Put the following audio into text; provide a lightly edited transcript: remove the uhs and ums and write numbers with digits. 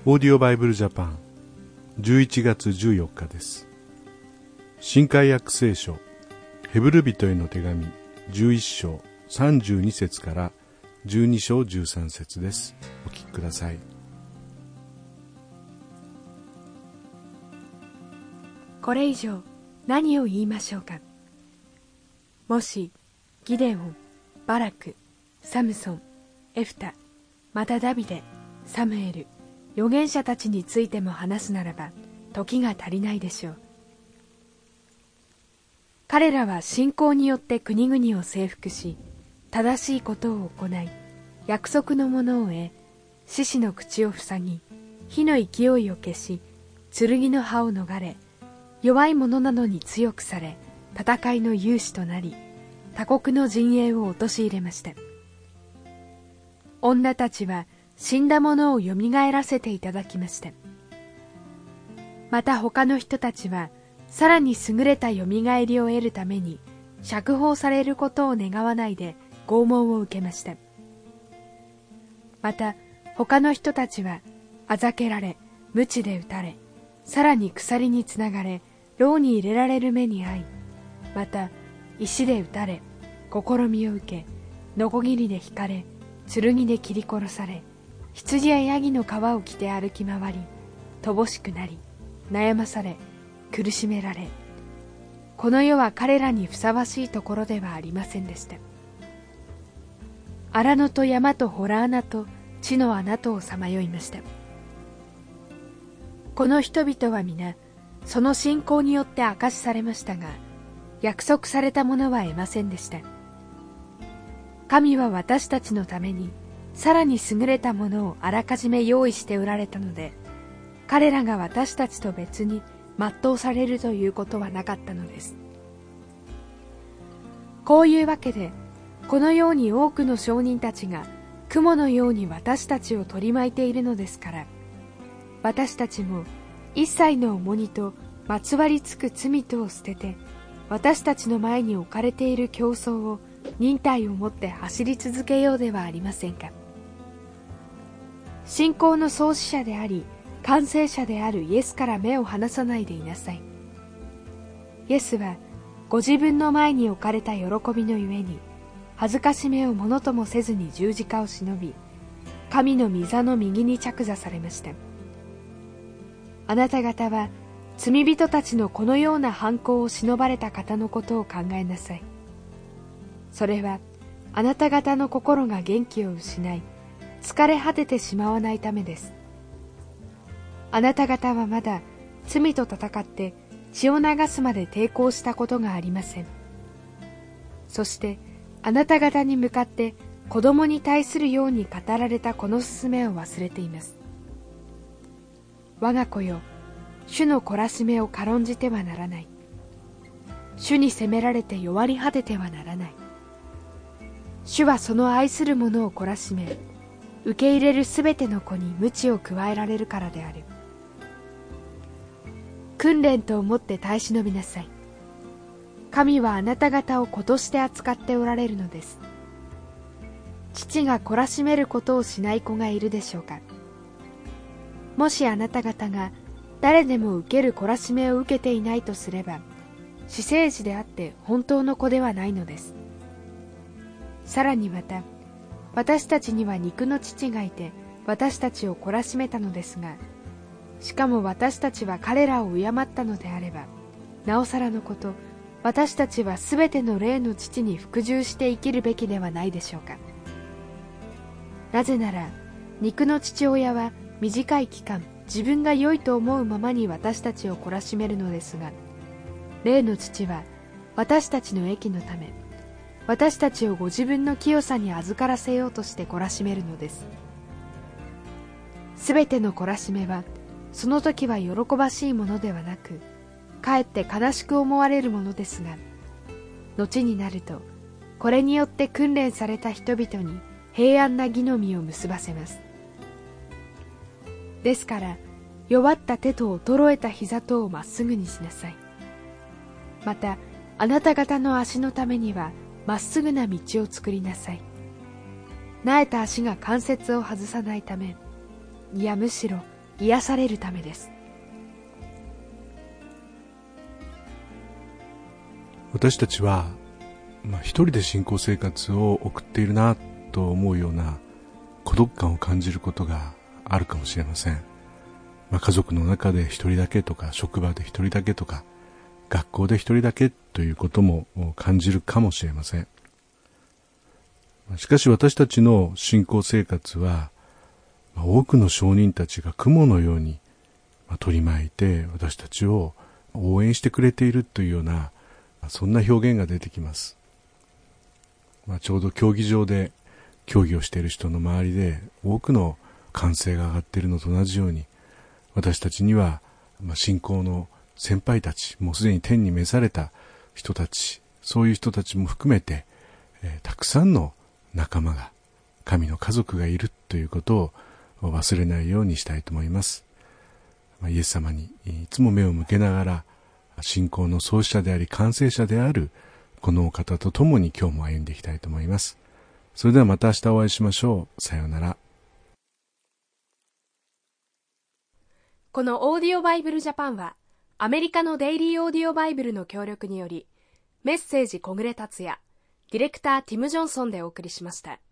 オーディオバイブルジャパン11月14日です。新海訳聖書ヘブル人への手紙11章32節から12章13節です。お聞きください。 これ以上何を言いましょうか。もしギデオン、バラク、サムソン、エフタ、またダビデ、サムエル、預言者たちについても話すならば時が足りないでしょう。彼らは信仰によって国々を征服し、正しいことを行い、約束のものを得、獅子の口を塞ぎ、火の勢いを消し、剣の刃を逃れ、弱い者なのに強くされ、戦いの勇士となり、他国の陣営を陥れました。女たちは死んだ者をよみがえらせていただきました。また他の人たちはさらに優れたよみがえりを得るために釈放されることを願わないで拷問を受けました。また他の人たちはあざけられ、鞭で打たれ、さらに鎖につながれ、牢に入れられる目に遭い、また石で打たれ、試みを受け、ノコギリで引かれ、剣で切り殺され、羊やヤギの皮を着て歩き回り、乏しくなり、悩まされ、苦しめられ、この世は彼らにふさわしいところではありませんでした。荒野と山と洞穴と地の穴とをさまよいました。この人々は皆その信仰によって証しされましたが、約束されたものは得ませんでした。神は私たちのためにさらに優れたものをあらかじめ用意しておられたので、彼らが私たちと別に全うされるということはなかったのです。こういうわけで、このように多くの証人たちが雲のように私たちを取り巻いているのですから、私たちも一切の重荷とまつわりつく罪とを捨てて、私たちの前に置かれている競争を忍耐をもって走り続けようではありませんか。信仰の創始者であり完成者であるイエスから目を離さないでいなさい。イエスはご自分の前に置かれた喜びのゆえに恥ずかしめをものともせずに十字架を忍び、神の御座の右に着座されました。あなた方は罪人たちのこのような犯行を忍ばれた方のことを考えなさい。それはあなた方の心が元気を失い、疲れ果ててしまわないためです。あなた方はまだ罪と戦って血を流すまで抵抗したことがありません。そしてあなた方に向かって子供に対するように語られたこの勧めを忘れています。我が子よ、主の懲らしめを軽んじてはならない。主に責められて弱り果ててはならない。主はその愛する者を懲らしめ、受け入れるすべての子に鞭を加えられるからである。訓練と思って耐え忍びなさい。神はあなた方を子として扱っておられるのです。父が懲らしめることをしない子がいるでしょうか。もしあなた方が誰でも受ける懲らしめを受けていないとすれば、私生児であって本当の子ではないのです。さらにまた、私たちには肉の父がいて私たちを懲らしめたのですが、しかも私たちは彼らを敬ったのであれば、なおさらのこと、私たちはすべての霊の父に服従して生きるべきではないでしょうか。なぜなら、肉の父親は短い期間、自分が良いと思うままに私たちを懲らしめるのですが、霊の父は私たちの益のため、私たちをご自分の清さに預からせようとして懲らしめるのです。すべての懲らしめは、その時は喜ばしいものではなく、かえって悲しく思われるものですが、後になると、これによって訓練された人々に平安な義の実を結ばせます。ですから、弱った手と衰えた膝とをまっすぐにしなさい。また、あなた方の足のためには、まっすぐな道を作りなさい。なえた足が関節を外さないため、いやむしろ癒されるためです。 私たちは、一人で信仰生活を送っているなと思うような孤独感を感じることがあるかもしれません。家族の中で一人だけとか、職場で一人だけとか、学校で一人だけということも感じるかもしれません。しかし私たちの信仰生活は、多くの証人たちが雲のように取り巻いて私たちを応援してくれているというような、そんな表現が出てきます。ちょうど競技場で競技をしている人の周りで多くの歓声が上がっているのと同じように、私たちには信仰の先輩たち、もうすでに天に召された人たち、そういう人たちも含めて、たくさんの仲間が、神の家族がいるということを忘れないようにしたいと思います。イエス様にいつも目を向けながら、信仰の創始者であり完成者であるこのお方と共に今日も歩んでいきたいと思います。それではまた明日お会いしましょう。さようなら。 このオーディオバイブルジャパンはアメリカのデイリーオーディオバイブルの協力により、メッセージ小暮達也、ディレクターティム・ジョンソンでお送りしました。